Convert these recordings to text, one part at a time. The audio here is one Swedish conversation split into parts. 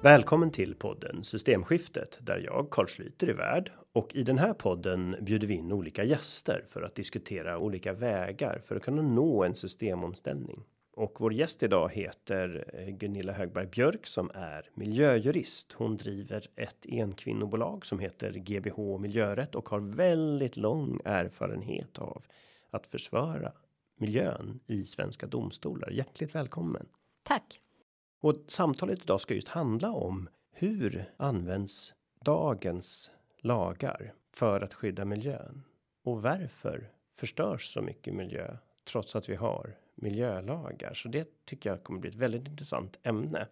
Välkommen till podden Systemskiftet där jag, Carl Schlyter, är värd. Och i den här podden bjuder vi in olika gäster för att diskutera olika vägar för att kunna nå en systemomställning. Och vår gäst idag heter Gunilla Högberg Björk som är miljöjurist. Hon driver ett enkvinnobolag som heter GBH Miljörätt och har väldigt lång erfarenhet av att försvara miljön i svenska domstolar. Hjärtligt välkommen. Tack. Och samtalet idag ska just handla om hur används dagens lagar för att skydda miljön? Och varför förstörs så mycket miljö trots att vi har miljölagar? Så det tycker jag kommer bli ett väldigt intressant ämne.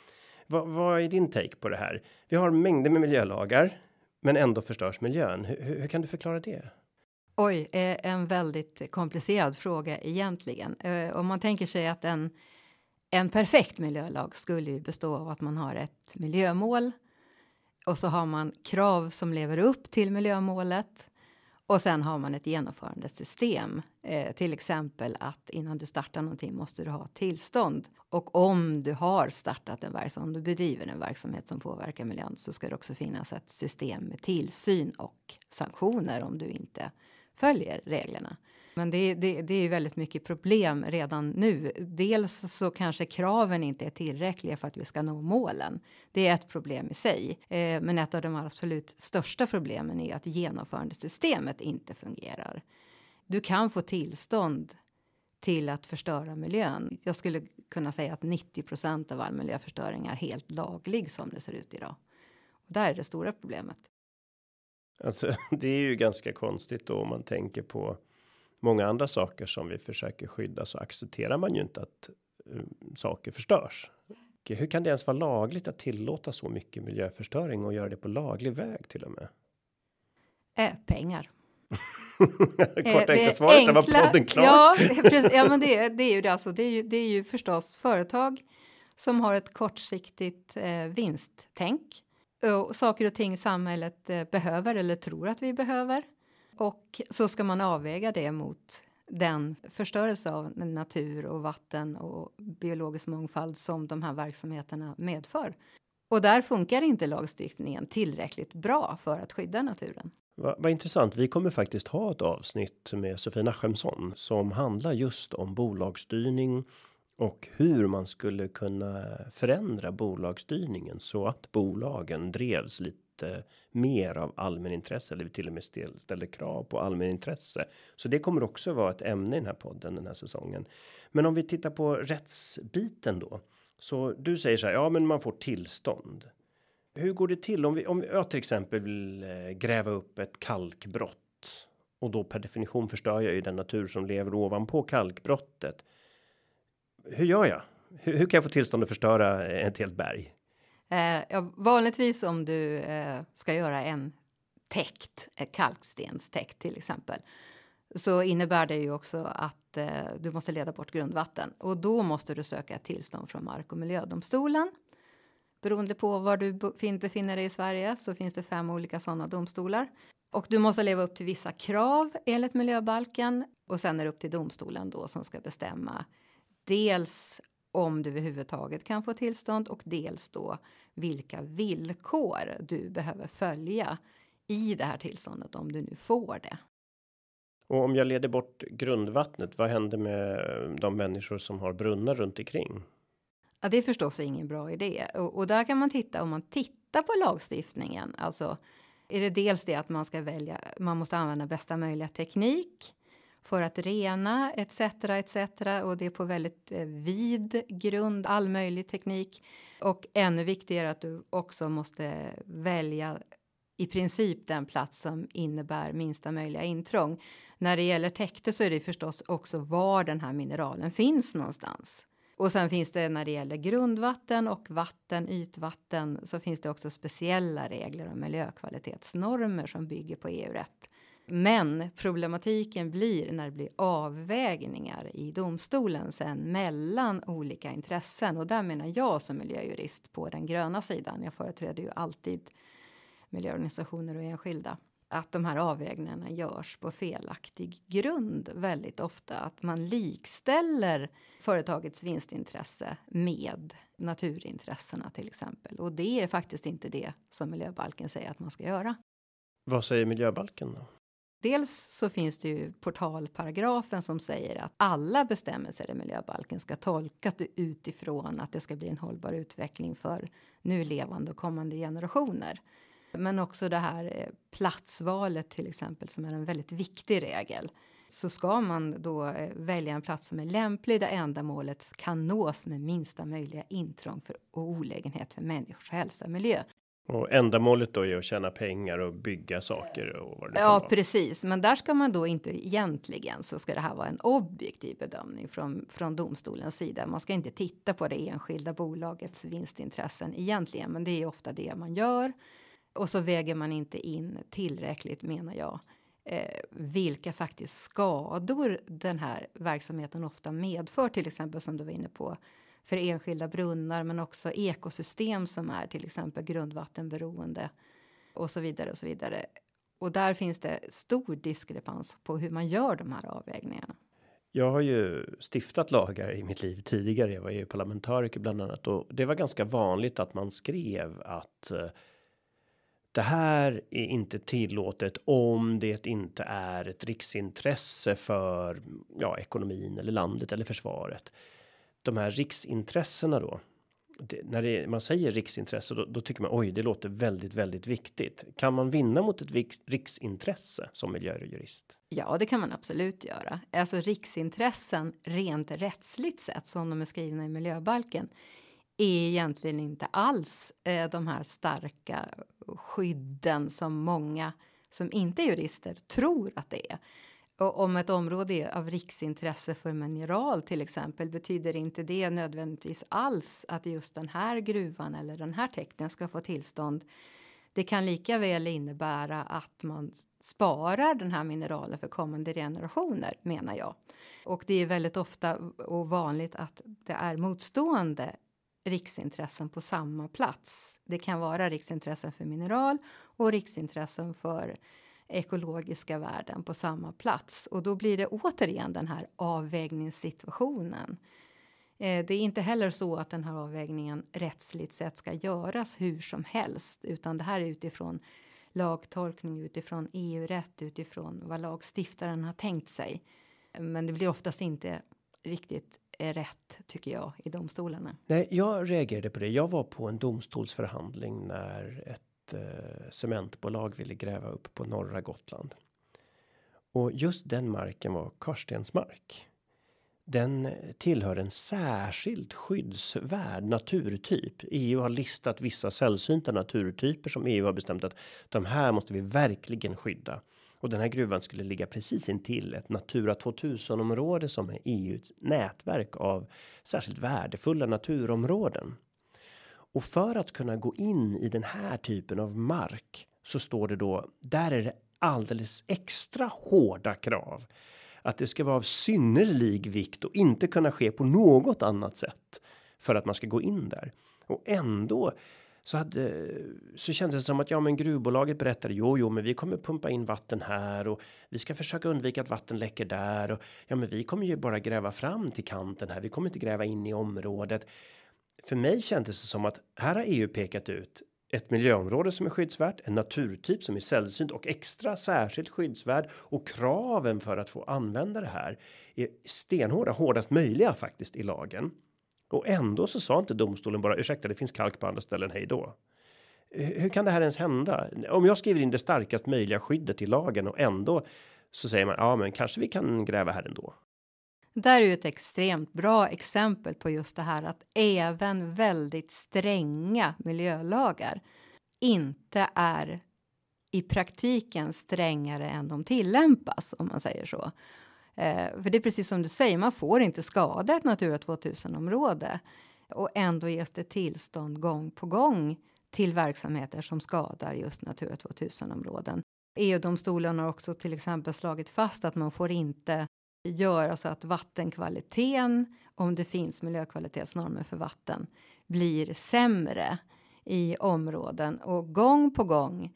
Vad är din take på det här? Vi har mängder med miljölagar men ändå förstörs miljön. Hur kan du förklara det? Oj, en väldigt komplicerad fråga egentligen. Om man tänker sig att en perfekt miljölag skulle ju bestå av att man har ett miljömål och så har man krav som lever upp till miljömålet och sen har man ett genomförande system. Till exempel att innan du startar någonting måste du ha tillstånd. Och om du har startat en verksamhet, om du bedriver en verksamhet som påverkar miljön så ska det också finnas ett system med tillsyn och sanktioner om du inte följer reglerna. Men det är väldigt mycket problem redan nu. Dels så kanske kraven inte är tillräckliga för att vi ska nå målen. Det är ett problem i sig. Men ett av de absolut största problemen är att genomförandesystemet inte fungerar. Du kan få tillstånd till att förstöra miljön. Jag skulle kunna säga att 90% av all miljöförstöring är helt laglig som det ser ut idag. Och där är det stora problemet. Alltså, det är ju ganska konstigt då om man tänker på många andra saker som vi försöker skydda så accepterar man ju inte att saker förstörs. Hur kan det ens vara lagligt att tillåta så mycket miljöförstöring och göra det på laglig väg till och med? Pengar. Korta enkla svaret, det var podden klar. Ja, men det är ju det. Alltså, det är ju förstås företag som har ett kortsiktigt vinsttänk. Och saker och ting samhället behöver eller tror att vi behöver. Och så ska man avväga det mot den förstörelse av natur och vatten och biologisk mångfald som de här verksamheterna medför. Och där funkar inte lagstiftningen tillräckligt bra för att skydda naturen. Vad intressant. Vi kommer faktiskt ha ett avsnitt med Sofie Nachemsson som handlar just om bolagsstyrning och hur man skulle kunna förändra bolagsstyrningen så att bolagen drevs lite mer av allmänintresse eller till och med ställde krav på allmänintresse. Så det kommer också vara ett ämne i den här podden den här säsongen. Men om vi tittar på rättsbiten då. Så du säger så här, ja men man får tillstånd. Hur går det till om jag till exempel vill gräva upp ett kalkbrott och då per definition förstör jag ju den natur som lever ovanpå kalkbrottet. Hur gör jag? Hur kan jag få tillstånd att förstöra ett helt berg? Vanligtvis om du ska göra en kalkstenstäkt till exempel. Så innebär det ju också att du måste leda bort grundvatten. Och då måste du söka ett tillstånd från Mark- och miljödomstolen. Beroende på var du befinner dig i Sverige så finns det 5 olika sådana domstolar. Och du måste leva upp till vissa krav enligt miljöbalken. Och sen är det upp till domstolen då som ska bestämma dels om du överhuvudtaget kan få tillstånd och dels då vilka villkor du behöver följa i det här tillståndet om du nu får det. Och om jag leder bort grundvattnet, vad händer med de människor som har brunnar runt omkring? Ja, det är förstås ingen bra idé. Och där kan man titta, om man tittar på lagstiftningen, alltså är det dels det att man måste använda bästa möjliga teknik för att rena etc. och det är på väldigt vid grund, all möjlig teknik. Och ännu viktigare att du också måste välja i princip den plats som innebär minsta möjliga intrång. När det gäller täkter så är det förstås också var den här mineralen finns någonstans. Och sen finns det när det gäller grundvatten och vatten, ytvatten, så finns det också speciella regler och miljökvalitetsnormer som bygger på EU-rätt. Men problematiken blir när det blir avvägningar i domstolen sen mellan olika intressen. Och där menar jag som miljöjurist på den gröna sidan, jag företräder ju alltid miljöorganisationer och enskilda, att de här avvägningarna görs på felaktig grund väldigt ofta. Att man likställer företagets vinstintresse med naturintressena till exempel. Och det är faktiskt inte det som miljöbalken säger att man ska göra. Vad säger miljöbalken då? Dels så finns det ju portalparagrafen som säger att alla bestämmelser i miljöbalken ska tolkas utifrån att det ska bli en hållbar utveckling för nu levande och kommande generationer. Men också det här platsvalet till exempel som är en väldigt viktig regel. Så ska man då välja en plats som är lämplig där ändamålet kan nås med minsta möjliga intrång och olägenhet för människors hälsa och miljö. Och ändamålet då är att tjäna pengar och bygga saker och vad det kan Ja, vara. precis. Men där ska man då inte egentligen, så ska det här vara en objektiv bedömning från domstolens sida. Man ska inte titta på det enskilda bolagets vinstintressen egentligen, men det är ofta det man gör. Och så väger man inte in tillräckligt, menar jag, vilka faktiskt skador den här verksamheten ofta medför, till exempel som du var inne på, för enskilda brunnar, men också ekosystem som är till exempel grundvattenberoende och så vidare och så vidare. Och där finns det stor diskrepans på hur man gör de här avvägningarna. Jag har ju stiftat lagar i mitt liv tidigare. Jag var ju parlamentariker bland annat, och det var ganska vanligt att man skrev att det här är inte tillåtet om det inte är ett riksintresse för ekonomin eller landet eller försvaret. De här riksintressena då, man säger riksintresse då tycker man oj, det låter väldigt, väldigt viktigt. Kan man vinna mot ett riksintresse som miljöjurist? Ja, det kan man absolut göra. Alltså riksintressen rent rättsligt sett, som de är skrivna i miljöbalken, är egentligen inte alls de här starka skydden som många som inte är jurister tror att det är. Och om ett område är av riksintresse för mineral till exempel, betyder inte det nödvändigtvis alls att just den här gruvan eller den här täkten ska få tillstånd. Det kan lika väl innebära att man sparar den här mineralen för kommande generationer, menar jag. Och det är väldigt ofta och vanligt att det är motstående riksintressen på samma plats. Det kan vara riksintressen för mineral och riksintressen för ekologiska värden på samma plats. Och då blir det återigen den här avvägningssituationen. Det är inte heller så att den här avvägningen rättsligt sett ska göras hur som helst. Utan det här är utifrån lagtolkning, utifrån EU-rätt, utifrån vad lagstiftaren har tänkt sig. Men det blir oftast inte riktigt rätt, tycker jag, i domstolarna. Nej, jag reagerade på det. Jag var på en domstolsförhandling när ett cementbolag ville gräva upp på norra Gotland. Och just den marken var karstensmark. Den tillhör en särskilt skyddsvärd naturtyp. EU har listat vissa sällsynta naturtyper som EU har bestämt att de här måste vi verkligen skydda. Och den här gruvan skulle ligga precis intill ett Natura 2000-område som är EU:s nätverk av särskilt värdefulla naturområden. Och för att kunna gå in i den här typen av mark så står det då, där är det alldeles extra hårda krav. Att det ska vara av synnerlig vikt och inte kunna ske på något annat sätt för att man ska gå in där. Och ändå så kändes det som att gruvbolaget berättade jo men vi kommer pumpa in vatten här och vi ska försöka undvika att vatten läcker där och men vi kommer ju bara gräva fram till kanten här, vi kommer inte gräva in i området. För mig kändes det som att här har EU pekat ut ett miljöområde som är skyddsvärt, en naturtyp som är sällsynt och extra särskilt skyddsvärd, och kraven för att få använda det här är stenhårda, hårdast möjliga faktiskt i lagen. Och ändå så sa inte domstolen bara ursäkta, det finns kalk på andra ställen, hej då. Hur kan det här ens hända? Om jag skriver in det starkast möjliga skyddet i lagen och ändå så säger man men kanske vi kan gräva här ändå. Där är ju ett extremt bra exempel på just det här att även väldigt stränga miljölagar inte är i praktiken strängare än de tillämpas, om man säger så. För det är precis som du säger, man får inte skada ett Natura 2000-område och ändå ges det tillstånd gång på gång till verksamheter som skadar just Natura 2000-områden. EU-domstolen har också till exempel slagit fast att man får inte göra så att vattenkvaliteten, om det finns miljökvalitetsnormer för vatten, blir sämre i områden. Och gång på gång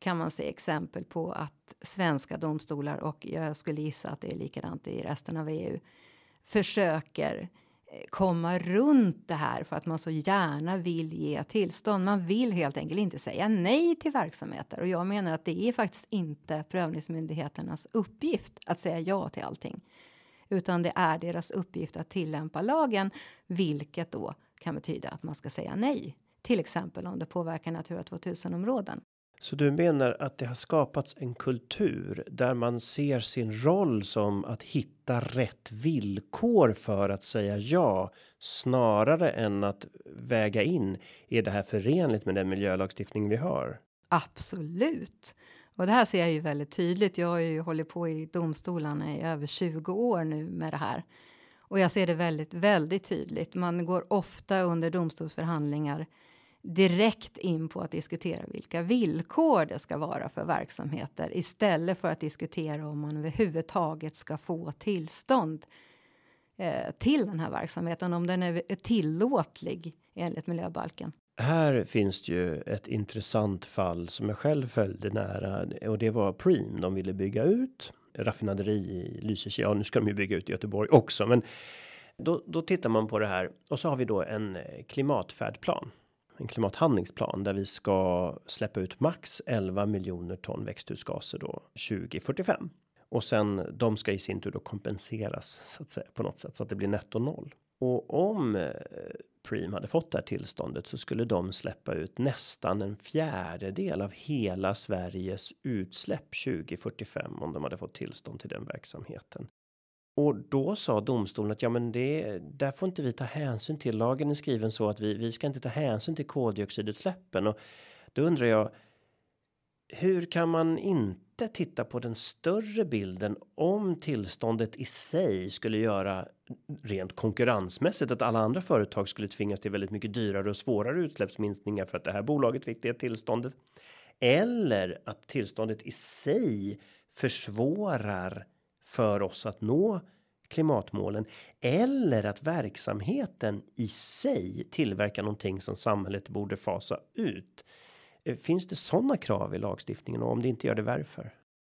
kan man se exempel på att svenska domstolar, och jag skulle gissa att det är likadant i resten av EU, försöker komma runt det här för att man så gärna vill ge tillstånd. Man vill helt enkelt inte säga nej till verksamheter. Och jag menar att det är faktiskt inte prövningsmyndigheternas uppgift att säga ja till allting. Utan det är deras uppgift att tillämpa lagen, vilket då kan betyda att man ska säga nej. Till exempel om det påverkar Natura 2000-områden. Så du menar att det har skapats en kultur där man ser sin roll som att hitta rätt villkor för att säga ja, snarare än att väga in, är det här förenligt med den miljölagstiftning vi har? Absolut. Och det här ser jag ju väldigt tydligt. Jag har ju hållit på i domstolarna i över 20 år nu med det här. Och jag ser det väldigt, väldigt tydligt. Man går ofta under domstolsförhandlingar direkt in på att diskutera vilka villkor det ska vara för verksamheter, istället för att diskutera om man överhuvudtaget ska få tillstånd till den här verksamheten, om den är tillåtlig enligt miljöbalken. Här finns det ju ett intressant fall som jag själv följde nära, och det var Preem. De ville bygga ut raffinaderi i Lysekil. Ja, nu ska de ju bygga ut i Göteborg också, men då tittar man på det här, och så har vi då en klimatfärdplan. En klimathandlingsplan där vi ska släppa ut max 11 miljoner ton växthusgaser då 2045. Och sen de ska i sin tur då kompenseras så att säga på något sätt så att det blir netto noll. Och om Preem hade fått det här tillståndet så skulle de släppa ut nästan en fjärdedel av hela Sveriges utsläpp 2045 om de hade fått tillstånd till den verksamheten. Och då sa domstolen att ja, men där får inte vi ta hänsyn till. Lagen är skriven så att vi ska inte ta hänsyn till koldioxidutsläppen. Och då undrar jag, hur kan man inte titta på den större bilden om tillståndet i sig skulle göra rent konkurrensmässigt att alla andra företag skulle tvingas till väldigt mycket dyrare och svårare utsläppsminskningar för att det här bolaget fick det tillståndet. Eller att tillståndet i sig försvårar för oss att nå klimatmålen, eller att verksamheten i sig tillverkar någonting som samhället borde fasa ut. Finns det sådana krav i lagstiftningen, och om det inte gör det, varför?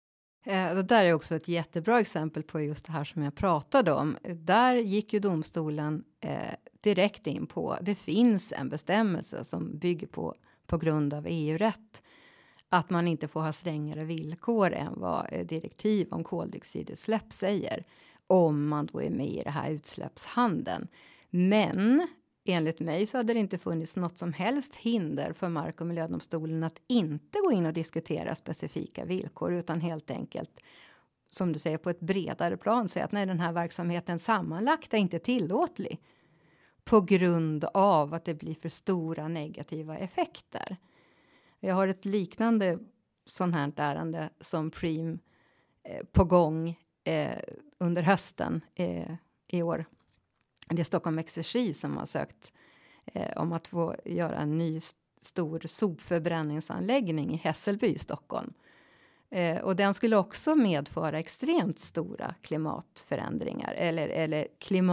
Det där är också ett jättebra exempel på just det här som jag pratade om. Där gick ju domstolen direkt in på, det finns en bestämmelse som bygger på grund av EU-rätt, att man inte får ha strängare villkor än vad direktiv om koldioxidutsläpp säger, om man då är med i det här utsläppshandeln. Men enligt mig så hade det inte funnits något som helst hinder för Mark- och miljödomstolen att inte gå in och diskutera specifika villkor, utan helt enkelt, som du säger, på ett bredare plan säga att nej, den här verksamheten sammanlagt är inte tillåtlig på grund av att det blir för stora negativa effekter. Jag har ett liknande sån här ärende som Preem på gång under hösten i år. Det är Stockholm Exergi som har sökt om att få göra en ny stor sopförbränningsanläggning i Hässelby i Stockholm. Och den skulle också medföra extremt stora klimatförändringar eller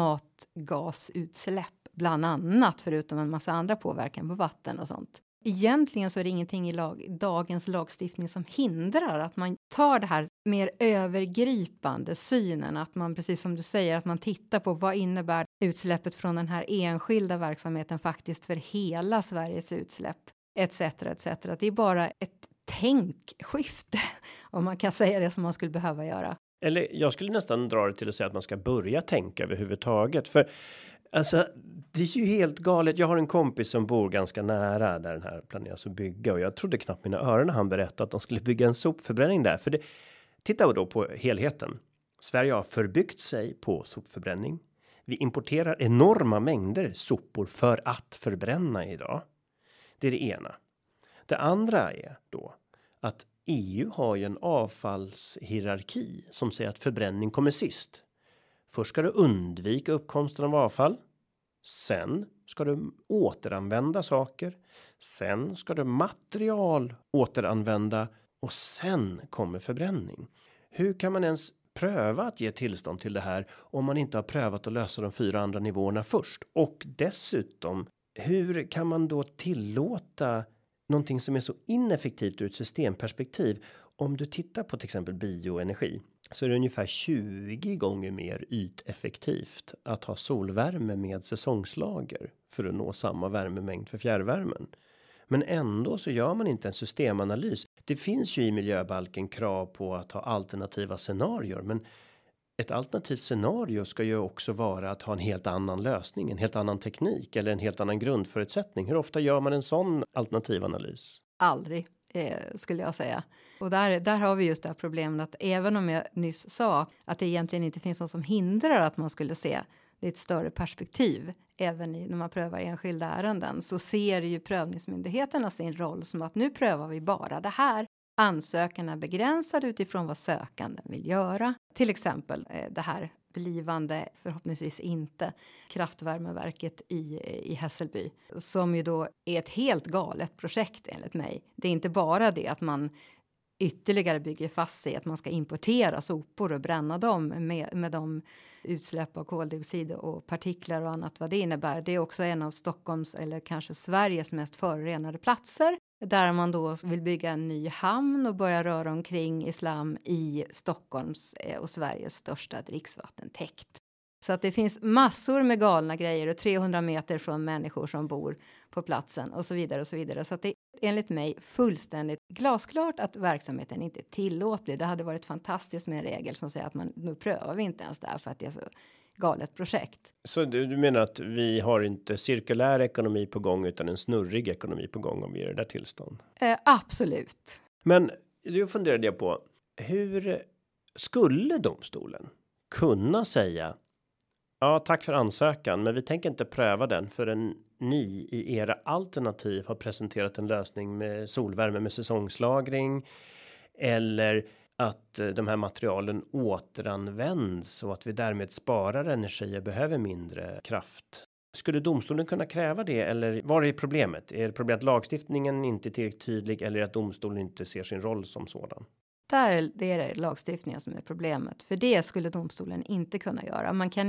klimatgasutsläpp bland annat, förutom en massa andra påverkan på vatten och sånt. Egentligen så är det ingenting i dagens lagstiftning som hindrar att man tar det här mer övergripande synen, att man, precis som du säger, att man tittar på vad innebär utsläppet från den här enskilda verksamheten faktiskt för hela Sveriges utsläpp, etc. etc. Det är bara ett tänkskifte, om man kan säga det, som man skulle behöva göra. Eller jag skulle nästan dra det till att säga att man ska börja tänka överhuvudtaget, för alltså, det är ju helt galet. Jag har en kompis som bor ganska nära där den här planeras att bygga, och jag trodde knappt mina öron när han berättade att de skulle bygga en sopförbränning där. För det, titta då på helheten. Sverige har förbyggt sig på sopförbränning. Vi importerar enorma mängder sopor för att förbränna idag. Det är det ena. Det andra är då att EU har ju en avfallshierarki som säger att förbränning kommer sist. Först ska du undvika uppkomsten av avfall. Sen ska du återanvända saker. Sen ska du material återanvända. Och sen kommer förbränning. Hur kan man ens pröva att ge tillstånd till det här om man inte har prövat att lösa de 4 andra nivåerna först? Och dessutom, hur kan man då tillåta någonting som är så ineffektivt ur ett systemperspektiv. Om du tittar på till exempel bioenergi så är det ungefär 20 gånger mer yteffektivt att ha solvärme med säsongslager för att nå samma värmemängd för fjärrvärmen. Men ändå så gör man inte en systemanalys. Det finns ju i miljöbalken krav på att ha alternativa scenarier, men ett alternativt scenario ska ju också vara att ha en helt annan lösning, en helt annan teknik eller en helt annan grundförutsättning. Hur ofta gör man en sån alternativanalys? Aldrig, skulle jag säga. Och där har vi just det här problemet att även om jag nyss sa att det egentligen inte finns något som hindrar att man skulle se det är ett större perspektiv även när man prövar enskilda ärenden, så ser ju prövningsmyndigheterna sin roll som att nu prövar vi bara det här. Ansökan är begränsad utifrån vad sökanden vill göra. Till exempel det här blivande, förhoppningsvis inte, kraftvärmeverket i Hässelby. Som ju då är ett helt galet projekt enligt mig. Det är inte bara det att man ytterligare bygger fast sig att man ska importera sopor och bränna dem med de utsläpp av koldioxid och partiklar och annat vad det innebär. Det är också en av Stockholms eller kanske Sveriges mest förorenade platser. Där man då vill bygga en ny hamn och börja röra omkring islam i Stockholms och Sveriges största dricksvattentäkt. Så att det finns massor med galna grejer och 300 meter från människor som bor på platsen och så vidare och så vidare. Så att det är enligt mig fullständigt glasklart att verksamheten inte är tillåtlig. Det hade varit fantastiskt med en regel som säger att nu prövar vi inte ens där för att det är så galet projekt. Så du menar att vi har inte cirkulär ekonomi på gång utan en snurrig ekonomi på gång om vi är i det där tillstånd? Absolut. Men då funderade jag på, hur skulle domstolen kunna säga ja, tack för ansökan, men vi tänker inte pröva den förrän ni i era alternativ har presenterat en lösning med solvärme med säsongslagring eller att de här materialen återanvänds och att vi därmed sparar energi och behöver mindre kraft. Skulle domstolen kunna kräva det eller vad är problemet? Är det problemet att lagstiftningen inte är tillräckligt tydlig eller att domstolen inte ser sin roll som sådan? Det är lagstiftningen som är problemet. För det skulle domstolen inte kunna göra.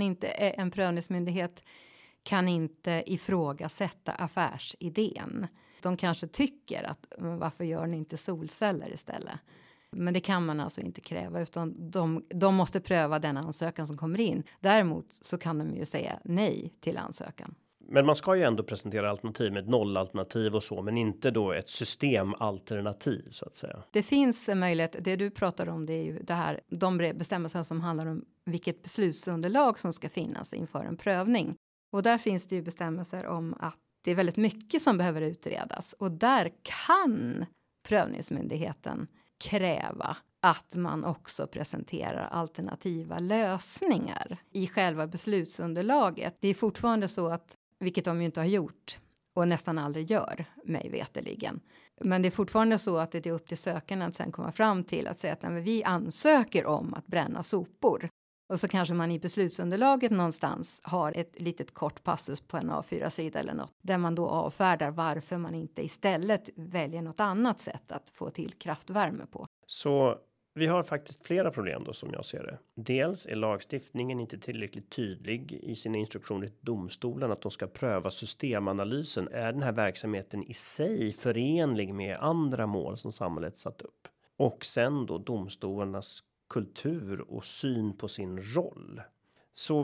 En prövningsmyndighet kan inte ifrågasätta affärsidén. De kanske tycker att varför gör ni inte solceller istället? Men det kan man alltså inte kräva utan de måste pröva den ansökan som kommer in. Däremot så kan de ju säga nej till ansökan. Men man ska ju ändå presentera alternativ med ett nollalternativ och så, men inte då ett systemalternativ så att säga. Det finns en möjlighet, det du pratar om det är ju det här, de bestämmelser som handlar om vilket beslutsunderlag som ska finnas inför en prövning. Och där finns det ju bestämmelser om att det är väldigt mycket som behöver utredas. Och där kan prövningsmyndigheten kräva att man också presenterar alternativa lösningar i själva beslutsunderlaget. Det är fortfarande så att, vilket de ju inte har gjort och nästan aldrig gör, mig veteligen. Men det är fortfarande så att det är upp till sökanden att sen komma fram till att säga att nej, vi ansöker om att bränna sopor. Och så kanske man i beslutsunderlaget någonstans har ett litet kort passus på en A4-sida eller något. Där man då avfärdar varför man inte istället väljer något annat sätt att få till kraftvärme på. Så vi har faktiskt flera problem då som jag ser det. Dels är lagstiftningen inte tillräckligt tydlig i sina instruktioner till domstolen att de ska pröva systemanalysen. Är den här verksamheten i sig förenlig med andra mål som samhället satt upp? Och sen då domstolarnas kultur och syn på sin roll. Så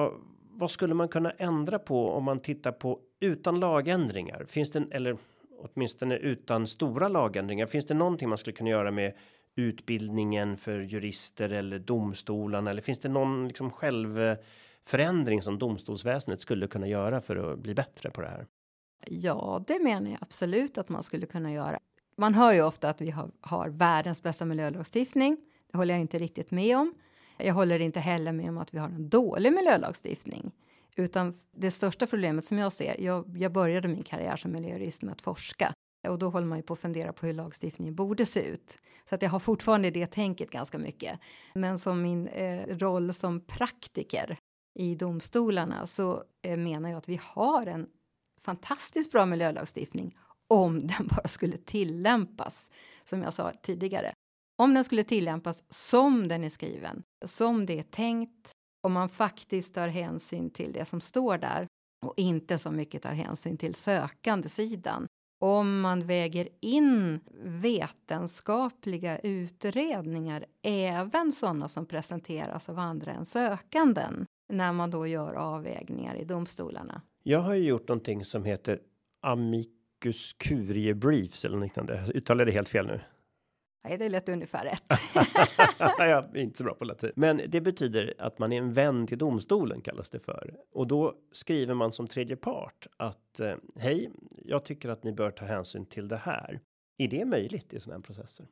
vad skulle man kunna ändra på om man tittar på utan lagändringar? Finns det eller åtminstone utan stora lagändringar? Finns det någonting man skulle kunna göra med utbildningen för jurister eller domstolarna? Eller finns det någon liksom självförändring som domstolsväsendet skulle kunna göra för att bli bättre på det här? Ja, det menar jag absolut att man skulle kunna göra. Man hör ju ofta att vi har världens bästa miljölagstiftning. Det håller jag inte riktigt med om. Jag håller inte heller med om att vi har en dålig miljölagstiftning. Utan det största problemet som jag ser, jag började min karriär som miljöjurist med att forska. Och då håller man ju på att fundera på hur lagstiftningen borde se ut. Så att jag har fortfarande det tänket ganska mycket. Men som min roll som praktiker i domstolarna så menar jag att vi har en fantastiskt bra miljölagstiftning om den bara skulle tillämpas, som jag sa tidigare. Om den skulle tillämpas som den är skriven, som det är tänkt, om man faktiskt tar hänsyn till det som står där och inte så mycket tar hänsyn till sökandesidan om man väger in vetenskapliga utredningar, även sådana som presenteras av andra än sökanden, när man då gör avvägningar i domstolarna. Jag har ju gjort någonting som heter amicus curiae briefs eller liknande. Jag uttalar det helt fel nu. Nej, det lät ungefär rätt. Jag är inte så bra på latin. Men det betyder att man är en vän till domstolen, kallas det för. Och då skriver man som tredje part att hej, jag tycker att ni bör ta hänsyn till det här. Är det möjligt i sådana här processer?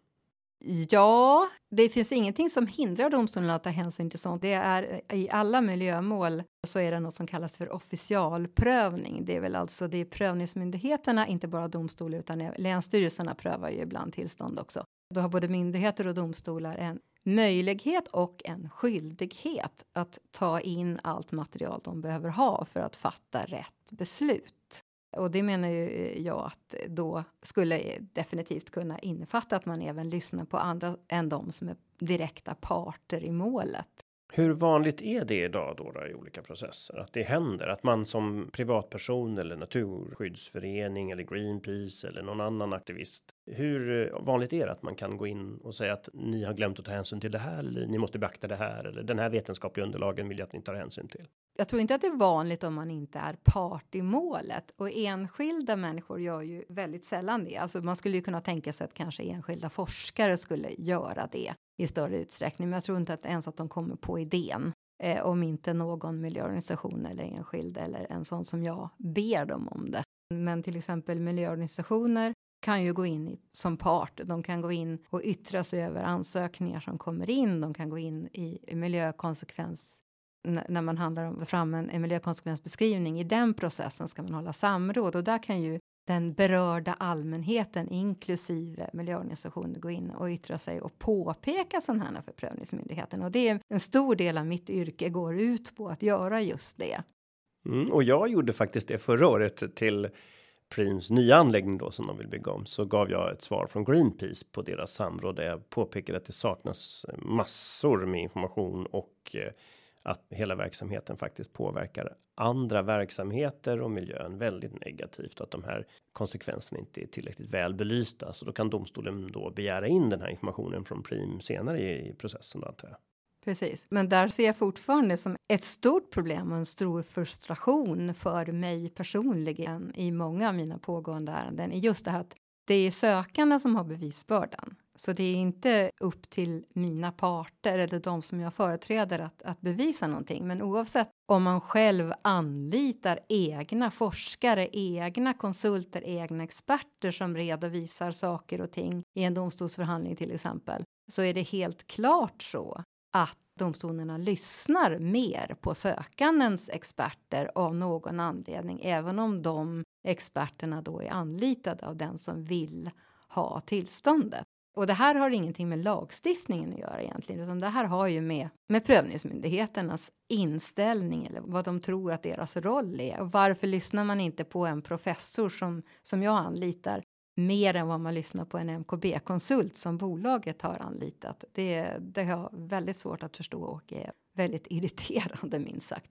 Ja, det finns ingenting som hindrar domstolen att ta hänsyn till sånt. Det är i alla miljömål så är det något som kallas för officialprövning. Det är väl alltså det är prövningsmyndigheterna, inte bara domstolar utan länsstyrelserna prövar ju ibland tillstånd också. Då har både myndigheter och domstolar en möjlighet och en skyldighet att ta in allt material de behöver ha för att fatta rätt beslut. Och det menar ju jag att då skulle definitivt kunna innefatta att man även lyssnar på andra än de som är direkta parter i målet. Hur vanligt är det idag då i olika processer? Att det händer att man som privatperson eller naturskyddsförening eller Greenpeace eller någon annan aktivist. Hur vanligt är det att man kan gå in och säga att ni har glömt att ta hänsyn till det här eller ni måste beakta det här eller den här vetenskapliga underlagen vill jag att ni tar hänsyn till? Jag tror inte att det är vanligt om man inte är part i målet och enskilda människor gör ju väldigt sällan det. Alltså man skulle ju kunna tänka sig att kanske enskilda forskare skulle göra det i större utsträckning. Men jag tror inte att ens att de kommer på idén om inte någon miljöorganisation eller enskild eller en sån som jag ber dem om det. Men till exempel miljöorganisationer kan ju gå in som part. De kan gå in och yttra sig över ansökningar som kommer in. De kan gå in i miljökonsekvens. När man handlar om fram en miljökonsekvensbeskrivning. I den processen ska man hålla samråd. Och där kan ju den berörda allmänheten inklusive miljöorganisationer gå in och yttra sig och påpeka sådana här för prövningsmyndigheten. Och det är en stor del av mitt yrke går ut på att göra just det. Och jag gjorde faktiskt det förra året till Preems nya anläggning då som de vill bygga om. Så gav jag ett svar från Greenpeace på deras samråd där jag påpekade att det saknas massor med information och att hela verksamheten faktiskt påverkar andra verksamheter och miljön väldigt negativt och att de här konsekvenserna inte är tillräckligt väl belysta. Så då kan domstolen då begära in den här informationen från Preem senare i processen, antar jag. Precis, men där ser jag fortfarande som ett stort problem och en stor frustration för mig personligen i många av mina pågående ärenden är just det här att det är sökande som har bevisbördan. Så det är inte upp till mina parter eller de som jag företräder att bevisa någonting. Men oavsett om man själv anlitar egna forskare, egna konsulter, egna experter som redovisar saker och ting i en domstolsförhandling till exempel. Så är det helt klart så att domstolarna lyssnar mer på sökandens experter av någon anledning. Även om de experterna då är anlitade av den som vill ha tillståndet. Och det här har ingenting med lagstiftningen att göra egentligen. Utan det här har ju med prövningsmyndigheternas inställning. Eller vad de tror att deras roll är. Och varför lyssnar man inte på en professor som jag anlitar. Mer än vad man lyssnar på en MKB-konsult som bolaget har anlitat. Det har jag väldigt svårt att förstå och är väldigt irriterande minst sagt.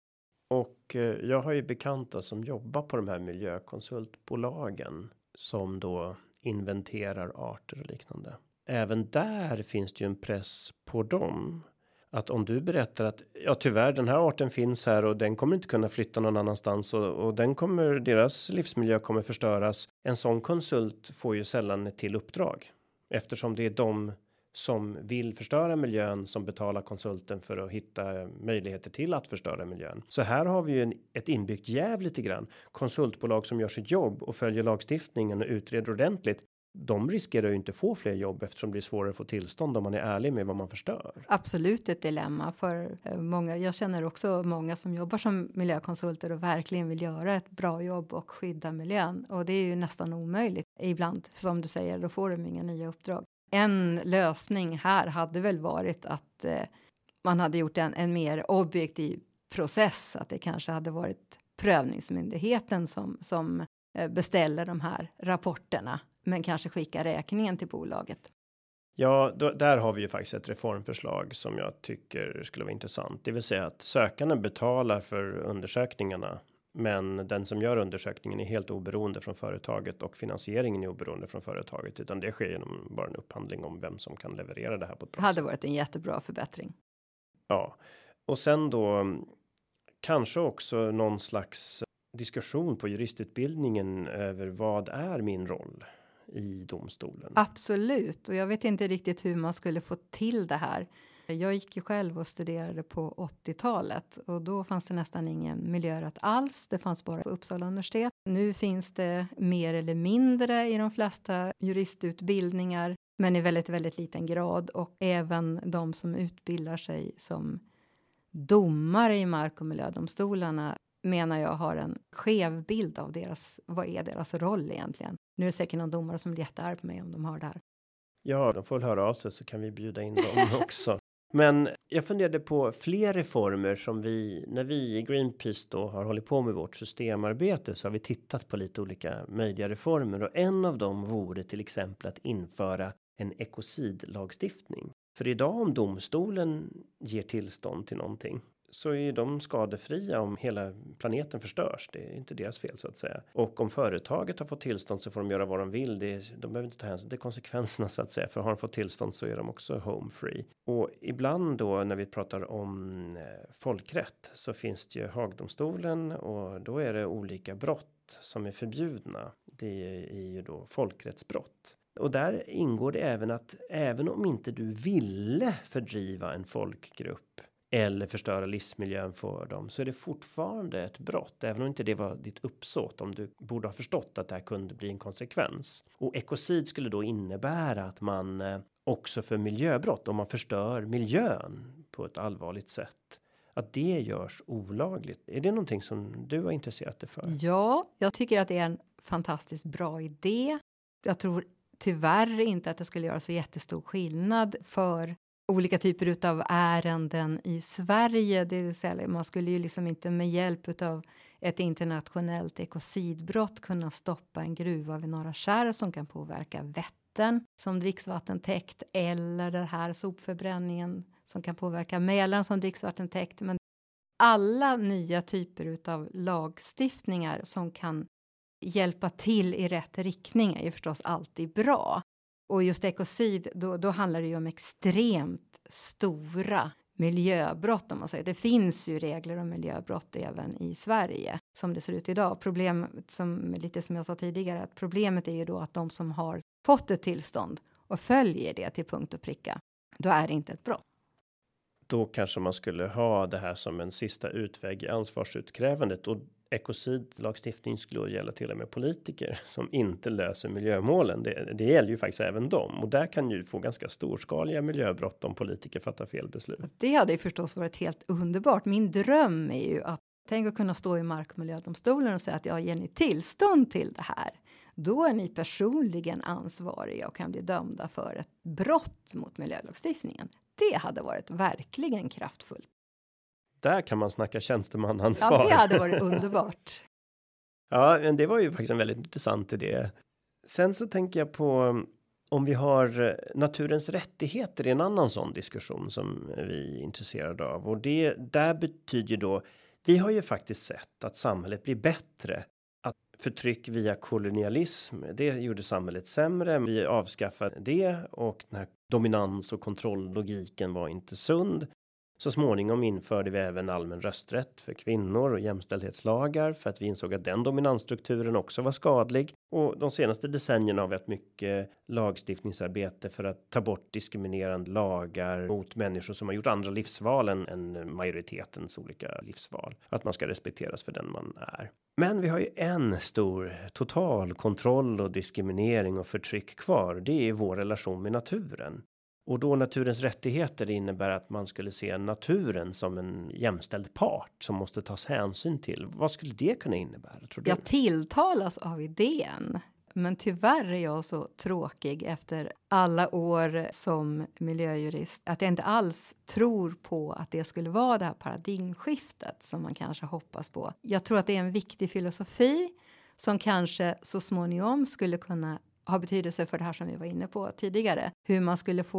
Och jag har ju bekanta som jobbar på de här miljökonsultbolagen som då inventerar arter och liknande. Även där finns det ju en press på dem. Att om du berättar att ja tyvärr den här arten finns här och den kommer inte kunna flytta någon annanstans och den kommer, deras livsmiljö kommer förstöras. En sån konsult får ju sällan ett till uppdrag. Eftersom det är de som vill förstöra miljön som betalar konsulten för att hitta möjligheter till att förstöra miljön. Så här har vi ju ett inbyggt jäv lite grann. Konsultbolag som gör sitt jobb och följer lagstiftningen och utreder ordentligt. De riskerar ju inte få fler jobb eftersom det blir svårare att få tillstånd om man är ärlig med vad man förstör. Absolut ett dilemma för många. Jag känner också många som jobbar som miljökonsulter och verkligen vill göra ett bra jobb och skydda miljön. Och det är ju nästan omöjligt ibland. Som du säger, då får de inga nya uppdrag. En lösning här hade väl varit att man hade gjort en mer objektiv process. Att det kanske hade varit prövningsmyndigheten som beställer de här rapporterna. Men kanske skicka räkningen till bolaget. Ja, där har vi ju faktiskt ett reformförslag som jag tycker skulle vara intressant. Det vill säga att sökanden betalar för undersökningarna Men den som gör undersökningen är helt oberoende från företaget och finansieringen är oberoende från företaget, utan det sker genom bara en upphandling om vem som kan leverera det här på ett bra sätt. Hade varit en jättebra förbättring. Ja, och sen då kanske också någon slags diskussion på juristutbildningen över vad är min roll i domstolen? Absolut, och jag vet inte riktigt hur man skulle få till det här. Jag gick ju själv och studerade på 80-talet och då fanns det nästan ingen miljörätt alls. Det fanns bara på Uppsala universitet. Nu finns det mer eller mindre i de flesta juristutbildningar, men i väldigt, väldigt liten grad. Och även de som utbildar sig som domare i mark- och miljödomstolarna menar jag har en skev bild av vad är deras roll egentligen. Nu är det säkert någon domare som blir jättearg på mig om de har det här. Ja, de får väl höra av sig så kan vi bjuda in dem också. Men jag funderade på fler reformer som när vi i Greenpeace då har hållit på med vårt systemarbete, så har vi tittat på lite olika möjliga reformer. Och en av dem vore till exempel att införa en ekocidlagstiftning. För idag om domstolen ger tillstånd till någonting så är de skadefria om hela planeten förstörs. Det är inte deras fel så att säga. Och om företaget har fått tillstånd så får de göra vad de vill. De behöver inte ta hänsyn till konsekvenserna så att säga. För har de fått tillstånd så är de också home free. Och ibland då när vi pratar om folkrätt så finns det ju Haagdomstolen och då är det olika brott som är förbjudna. Det är ju då folkrättsbrott. Och där ingår det även att även om inte du ville fördriva en folkgrupp eller förstöra livsmiljön för dem så är det fortfarande ett brott. Även om inte det var ditt uppsåt, om du borde ha förstått att det här kunde bli en konsekvens. Och ekocid skulle då innebära att man också för miljöbrott, om man förstör miljön på ett allvarligt sätt, att det görs olagligt. Är det någonting som du har intresserat dig för? Ja, jag tycker att det är en fantastiskt bra idé. Jag tror tyvärr inte att det skulle göra så jättestor skillnad för olika typer av ärenden i Sverige. Det vill säga, man skulle ju liksom inte med hjälp av ett internationellt ekocidbrott kunna stoppa en gruva vid Norra Kärr som kan påverka Vättern som dricksvattentäkt, eller den här sopförbränningen som kan påverka Mälaren som dricksvattentäkt. Men alla nya typer av lagstiftningar som kan hjälpa till i rätt riktning är ju förstås alltid bra. Och just ekocid, då handlar det ju om extremt stora miljöbrott om man säger. Det finns ju regler om miljöbrott även i Sverige som det ser ut idag. Lite som jag sa tidigare, att problemet är ju då att de som har fått ett tillstånd och följer det till punkt och pricka, då är det inte ett brott. Då kanske man skulle ha det här som en sista utväg i ansvarsutkrävandet, och ekocidlagstiftning skulle gälla till och med politiker som inte löser miljömålen. Det gäller ju faktiskt även dem, och där kan ju få ganska storskaliga miljöbrott om politiker fattar fel beslut. Det hade ju förstås varit helt underbart. Min dröm är ju att tänk att kunna stå i mark- och miljödomstolen och säga att jag ger ni tillstånd till det här. Då är ni personligen ansvariga och kan bli dömda för ett brott mot miljölagstiftningen. Det hade varit verkligen kraftfullt. Där kan man snacka tjänstemannaansvar. Ja, det hade varit underbart. Ja, men det var ju faktiskt en väldigt intressant idé. Sen så tänker jag på om vi har naturens rättigheter i en annan sån diskussion som vi är intresserade av. Och det där betyder då, vi har ju faktiskt sett att samhället blir bättre. Att förtryck via kolonialism, det gjorde samhället sämre. Vi avskaffade det och den här dominans- och kontrolllogiken var inte sund. Så småningom införde vi även allmän rösträtt för kvinnor och jämställdhetslagar för att vi insåg att den dominansstrukturen också var skadlig. Och de senaste decennierna har vi haft mycket lagstiftningsarbete för att ta bort diskriminerande lagar mot människor som har gjort andra livsval än majoritetens olika livsval. Att man ska respekteras för den man är. Men vi har ju en stor total kontroll och diskriminering och förtryck kvar. Det är vår relation med naturen. Och då naturens rättigheter innebär att man skulle se naturen som en jämställd part som måste tas hänsyn till. Vad skulle det kunna innebära, tror du? Jag tilltalas av idén. Men tyvärr är jag så tråkig efter alla år som miljöjurist att jag inte alls tror på att det skulle vara det här paradigmskiftet som man kanske hoppas på. Jag tror att det är en viktig filosofi som kanske så småningom skulle kunna ha betydelse för det här som vi var inne på tidigare. Hur man skulle få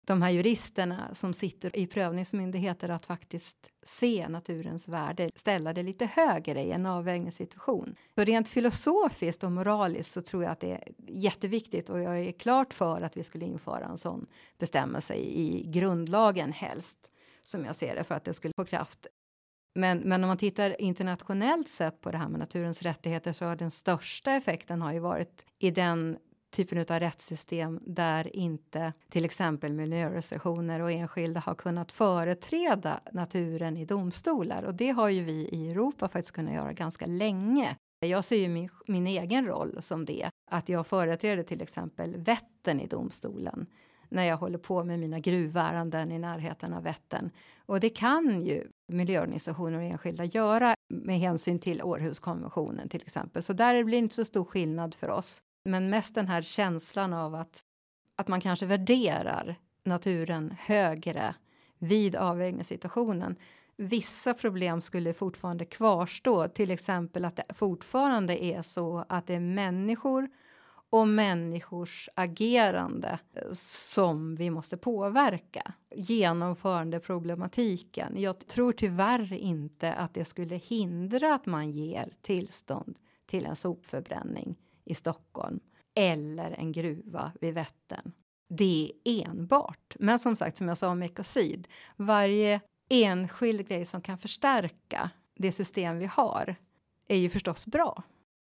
de här juristerna som sitter i prövningsmyndigheter att faktiskt se naturens värde, ställa det lite högre i en avvägningssituation. Så rent filosofiskt och moraliskt så tror jag att det är jätteviktigt, och jag är klart för att vi skulle införa en sån bestämmelse i grundlagen helst, som jag ser det, för att det skulle få kraft. Men om man tittar internationellt sett på det här med naturens rättigheter, så har den största effekten har ju varit i den typen av rättssystem där inte till exempel miljöorganisationer och enskilda har kunnat företräda naturen i domstolar. Och det har ju vi i Europa faktiskt kunnat göra ganska länge. Jag ser ju min egen roll som det, att jag företräder till exempel Vättern i domstolen när jag håller på med mina gruvärenden i närheten av Vättern. Och det kan ju miljöorganisationer och enskilda göra med hänsyn till Århuskonventionen till exempel. Så där blir det inte så stor skillnad för oss. Men mest den här känslan av att man kanske värderar naturen högre vid avvägningssituationen. Vissa problem skulle fortfarande kvarstå. Till exempel att det fortfarande är så att det är människor och människors agerande som vi måste påverka. Genomförande problematiken. Jag tror tyvärr inte att det skulle hindra att man ger tillstånd till en sopförbränning i Stockholm eller en gruva vid Vättern. Det är enbart. Men som sagt, som jag sa om ekocid, varje enskild grej som kan förstärka det system vi har är ju förstås bra.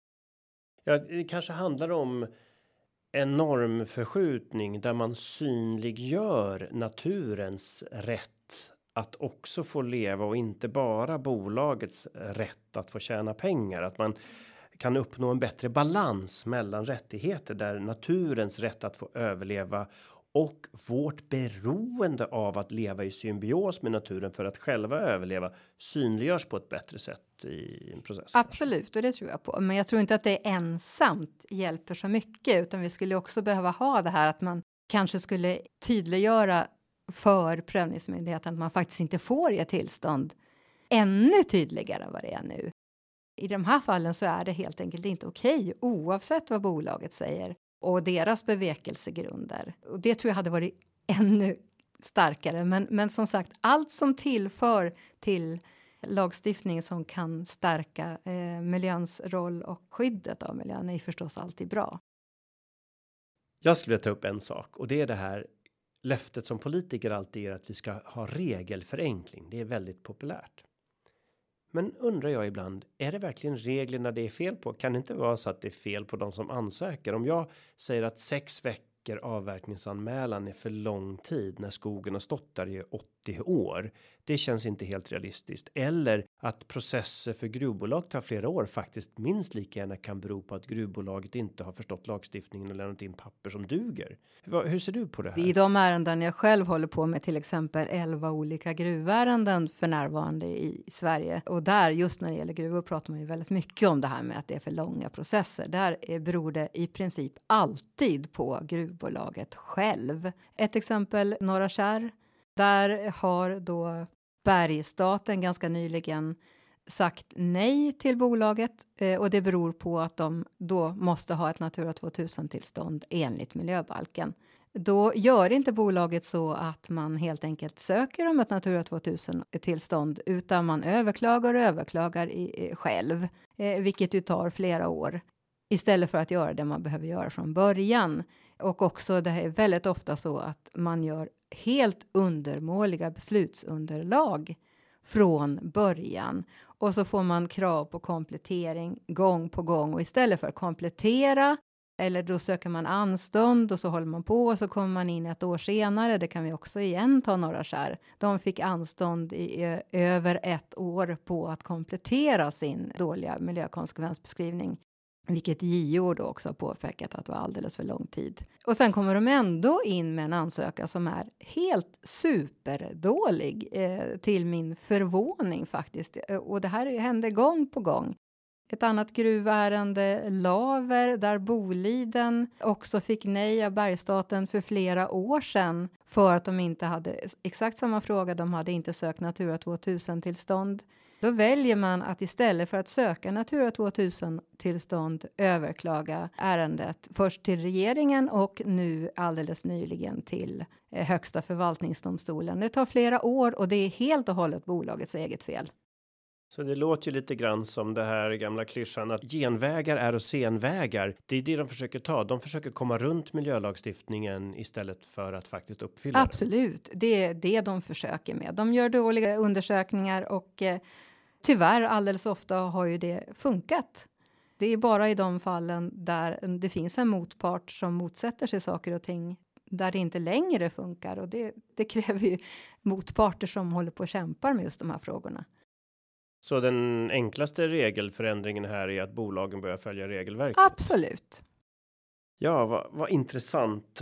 Ja, det kanske handlar om en normförskjutning där man synliggör naturens rätt att också få leva och inte bara bolagets rätt att få tjäna pengar. Att man kan uppnå en bättre balans mellan rättigheter där naturens rätt att få överleva och vårt beroende av att leva i symbios med naturen för att själva överleva synliggörs på ett bättre sätt i en process. Absolut, och det tror jag på. Men jag tror inte att det ensamt hjälper så mycket, utan vi skulle också behöva ha det här att man kanske skulle tydliggöra för prövningsmyndigheten att man faktiskt inte får ge tillstånd ännu tydligare än vad det är nu. I de här fallen så är det helt enkelt inte okej, oavsett vad bolaget säger och deras bevekelsegrunder. Och det tror jag hade varit ännu starkare. Men som sagt, allt som tillför till lagstiftning som kan stärka miljöns roll och skyddet av miljön är förstås alltid bra. Jag skulle vilja ta upp en sak, och det är det här löftet som politiker alltid ger att vi ska ha regelförenkling. Det är väldigt populärt. Men undrar jag ibland, är det verkligen reglerna det är fel på? Kan det inte vara så att det är fel på de som ansöker? Om jag säger att 6 veckor avverkningsanmälan är för lång tid när skogen har stått där i 80 år. Det känns inte helt realistiskt. Eller att processer för gruvbolag tar flera år faktiskt minst lika gärna kan bero på att gruvbolaget inte har förstått lagstiftningen och lämnat in papper som duger. Hur ser du på det här? I de ärenden jag själv håller på med, till exempel 11 olika gruvärenden för närvarande i Sverige. Och där, just när det gäller gruvor, pratar man ju väldigt mycket om det här med att det är för långa processer. Där beror det i princip alltid på gruvbolaget själv. Ett exempel, Norra Kärr. Där har då Bergsstaten ganska nyligen sagt nej till bolaget, och det beror på att de då måste ha ett Natura 2000-tillstånd enligt miljöbalken. Då gör inte bolaget så att man helt enkelt söker om ett Natura 2000-tillstånd, utan man överklagar själv, vilket ju tar flera år. Istället för att göra det man behöver göra från början. Och också det är väldigt ofta så att man gör helt undermåliga beslutsunderlag från början. Och så får man krav på komplettering gång på gång. Och istället för att komplettera, eller då söker man anstånd och så håller man på och så kommer man in 1 år senare. Det kan vi också igen ta Norra Kärr. De fick anstånd i över 1 år på att komplettera sin dåliga miljökonsekvensbeskrivning. Vilket JO då också har påpekat att det var alldeles för lång tid. Och sen kommer de ändå in med en ansökan som är helt superdålig, till min förvåning faktiskt. Och det här händer gång på gång. Ett annat gruvärende, Laver, där Boliden också fick nej av Bergsstaten för flera år sedan. För att de inte hade exakt samma fråga, de hade inte sökt Natura 2000-tillstånd. Då väljer man att istället för att söka Natura 2000-tillstånd överklaga ärendet först till regeringen och nu alldeles nyligen till Högsta förvaltningsdomstolen. Det tar flera år och det är helt och hållet bolagets eget fel. Så det låter ju lite grann som det här gamla klyschan att genvägar är och senvägar. Det är det de försöker ta. De försöker komma runt miljölagstiftningen istället för att faktiskt uppfylla Absolut, det är det de försöker med. De gör dåliga undersökningar och tyvärr alldeles ofta har ju det funkat. Det är bara i de fallen där det finns en motpart som motsätter sig saker och ting där det inte längre funkar. Och det kräver ju motparter som håller på och kämpar med just de här frågorna. Så den enklaste regelförändringen här är att bolagen börjar följa regelverket? Absolut. Ja, vad intressant.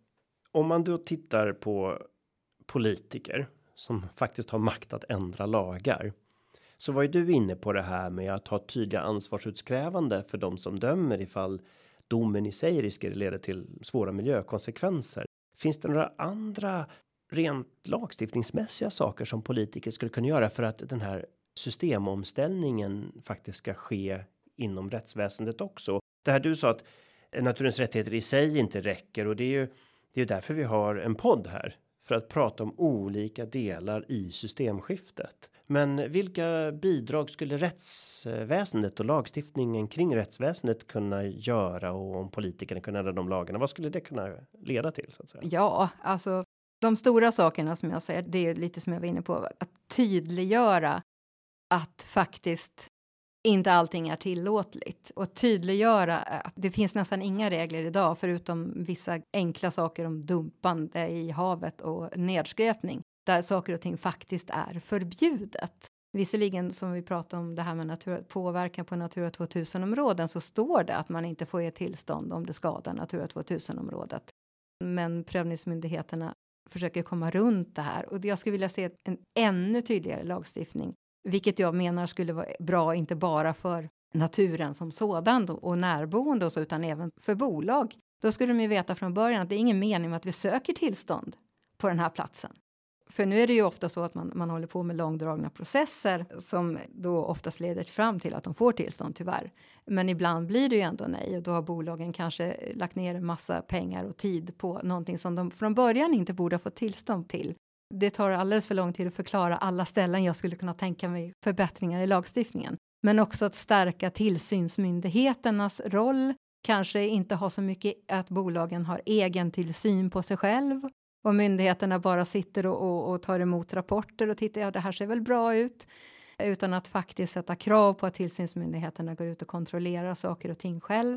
Om man då tittar på politiker som faktiskt har makt att ändra lagar. Så var ju du inne på det här med att ha tydliga ansvarsutkrävande för de som dömer ifall domen i sig riskerar leda till svåra miljökonsekvenser. Finns det några andra rent lagstiftningsmässiga saker som politiker skulle kunna göra för att den här systemomställningen faktiskt ska ske inom rättsväsendet också? Det här du sa att naturens rättigheter i sig inte räcker, och det är ju därför vi har en podd här. För att prata om olika delar i systemskiftet. Men vilka bidrag skulle rättsväsendet och lagstiftningen kring rättsväsendet kunna göra, och om politikerna kunde ändra de lagarna? Vad skulle det kunna leda till så att säga? Ja, alltså de stora sakerna som jag säger, det är lite som jag var inne på. Att tydliggöra att faktiskt inte allting är tillåtligt. Och tydliggöra att det finns nästan inga regler idag förutom vissa enkla saker om dumpande i havet och nedskräpning. Där saker och ting faktiskt är förbjudet. Visserligen som vi pratar om det här med påverkan på Natura 2000-områden så står det att man inte får ge tillstånd om det skadar Natura 2000-området. Men prövningsmyndigheterna försöker komma runt det här. Och jag skulle vilja se en ännu tydligare lagstiftning. Vilket jag menar skulle vara bra inte bara för naturen som sådan och närboende och så, utan även för bolag. Då skulle de ju veta från början att det är ingen mening med att vi söker tillstånd på den här platsen. För nu är det ju ofta så att man håller på med långdragna processer som då oftast leder fram till att de får tillstånd tyvärr. Men ibland blir det ju ändå nej, och då har bolagen kanske lagt ner en massa pengar och tid på någonting som de från början inte borde ha fått tillstånd till. Det tar alldeles för lång tid att förklara alla ställen jag skulle kunna tänka mig förbättringar i lagstiftningen. Men också att stärka tillsynsmyndigheternas roll. Kanske inte ha så mycket att bolagen har egen tillsyn på sig själv. Och myndigheterna bara sitter och tar emot rapporter och tittar, ja det här ser väl bra ut. Utan att faktiskt sätta krav på att tillsynsmyndigheterna går ut och kontrollerar saker och ting själv.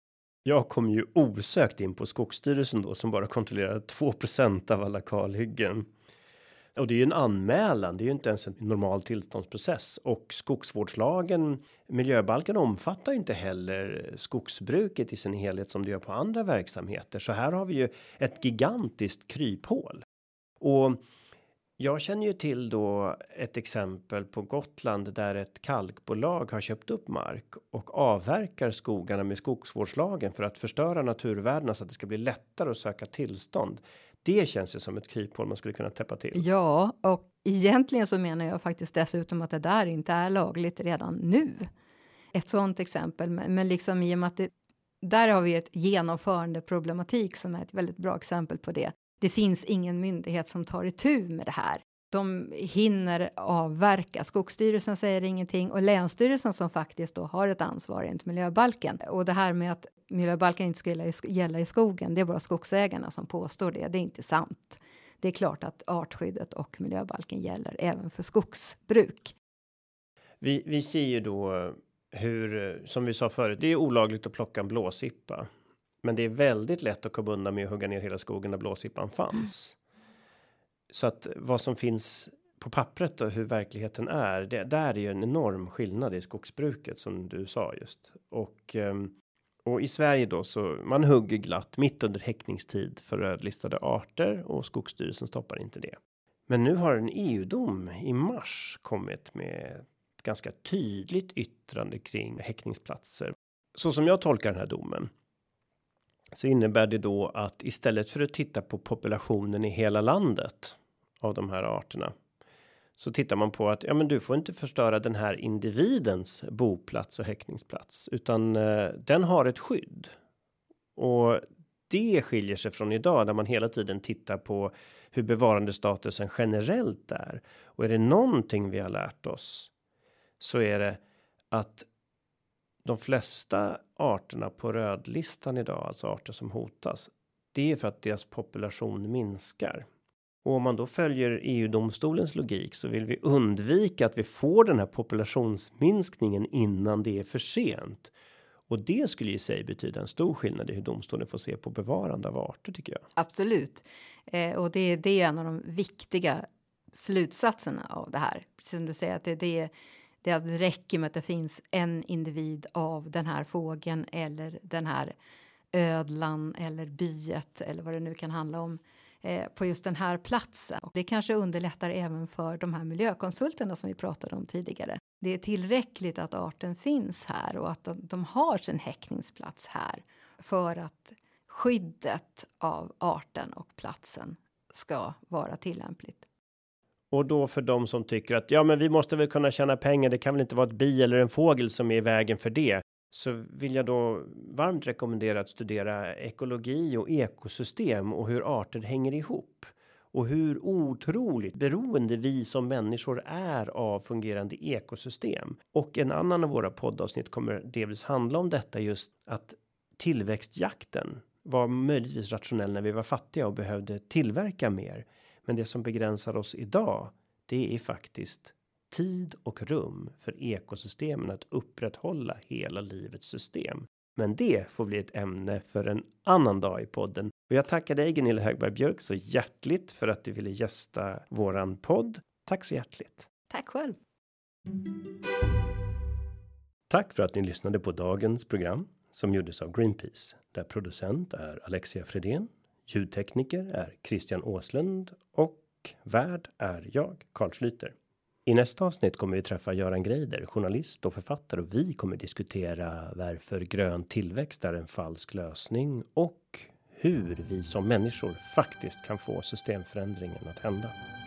Jag kom ju osökt in på Skogsstyrelsen då som bara kontrollerar 2% av alla kalhyggen. Och det är ju en anmälan, det är ju inte ens en normal tillståndsprocess. Och skogsvårdslagen, miljöbalken omfattar inte heller skogsbruket i sin helhet som det gör på andra verksamheter. Så här har vi ju ett gigantiskt kryphål. Och jag känner ju till då ett exempel på Gotland där ett kalkbolag har köpt upp mark och avverkar skogarna med skogsvårdslagen för att förstöra naturvärdena så att det ska bli lättare att söka tillstånd. Det känns ju som ett kryphål man skulle kunna täppa till. Ja, och egentligen så menar jag faktiskt dessutom att det där inte är lagligt redan nu. Ett sådant exempel, men liksom i och med att där har vi ett genomförande problematik som är ett väldigt bra exempel på det. Det finns ingen myndighet som tar itu med det här. De hinner avverka. Skogsstyrelsen säger ingenting och Länsstyrelsen som faktiskt då har ett ansvar enligt miljöbalken. Och det här med att miljöbalken inte skulle gälla i skogen, det är bara skogsägarna som påstår det. Det är inte sant. Det är klart att artskyddet och miljöbalken gäller även för skogsbruk. Vi ser ju då hur, som vi sa förut, det är olagligt att plocka en blåsippa. Men det är väldigt lätt att komma undan med att hugga ner hela skogen där blåsippan fanns. Så att vad som finns på pappret och hur verkligheten är, där är ju en enorm skillnad i skogsbruket som du sa just. Och i Sverige då så man hugger glatt mitt under häckningstid för rödlistade arter och Skogsstyrelsen stoppar inte det. Men nu har en EU-dom i mars kommit med ett ganska tydligt yttrande kring häckningsplatser. Så som jag tolkar den här domen så innebär det då att istället för att titta på populationen i hela landet av de här arterna så tittar man på att ja, men du får inte förstöra den här individens boplats och häckningsplats, utan den har ett skydd. Och det skiljer sig från idag där man hela tiden tittar på hur bevarandestatusen generellt är. Och är det någonting vi har lärt oss så är det att de flesta arterna på rödlistan idag, alltså arter som hotas, det är för att deras population minskar. Och om man då följer EU-domstolens logik så vill vi undvika att vi får den här populationsminskningen innan det är för sent. Och det skulle i sig betyda en stor skillnad i hur domstolen får se på bevarande av arter, tycker jag. Absolut. Och det är en av de viktiga slutsatserna av det här. Precis som du säger, att det räcker med att det finns en individ av den här fågeln eller den här ödlan eller biet eller vad det nu kan handla om på just den här platsen. Och det kanske underlättar även för de här miljökonsulterna som vi pratade om tidigare. Det är tillräckligt att arten finns här och att de har sin häckningsplats här för att skyddet av arten och platsen ska vara tillämpligt. Och då för de som tycker att ja, men vi måste väl kunna tjäna pengar, det kan väl inte vara ett bi eller en fågel som är i vägen för det. Så vill jag då varmt rekommendera att studera ekologi och ekosystem och hur arter hänger ihop. Och hur otroligt beroende vi som människor är av fungerande ekosystem. Och en annan av våra poddavsnitt kommer delvis handla om detta, just att tillväxtjakten var möjligtvis rationell när vi var fattiga och behövde tillverka mer. Men det som begränsar oss idag, det är faktiskt tid och rum för ekosystemen att upprätthålla hela livets system. Men det får bli ett ämne för en annan dag i podden. Och jag tackar dig, Gunilla Högberg Björk, så hjärtligt för att du ville gästa våran podd. Tack så hjärtligt. Tack själv. Tack för att ni lyssnade på dagens program som gjordes av Greenpeace. Där producent är Alexia Fredén, ljudtekniker är Christian Åslund och värd är jag, Carl Schlyter. I nästa avsnitt kommer vi träffa Göran Greider, journalist och författare, och vi kommer diskutera varför grön tillväxt är en falsk lösning och hur vi som människor faktiskt kan få systemförändringen att hända.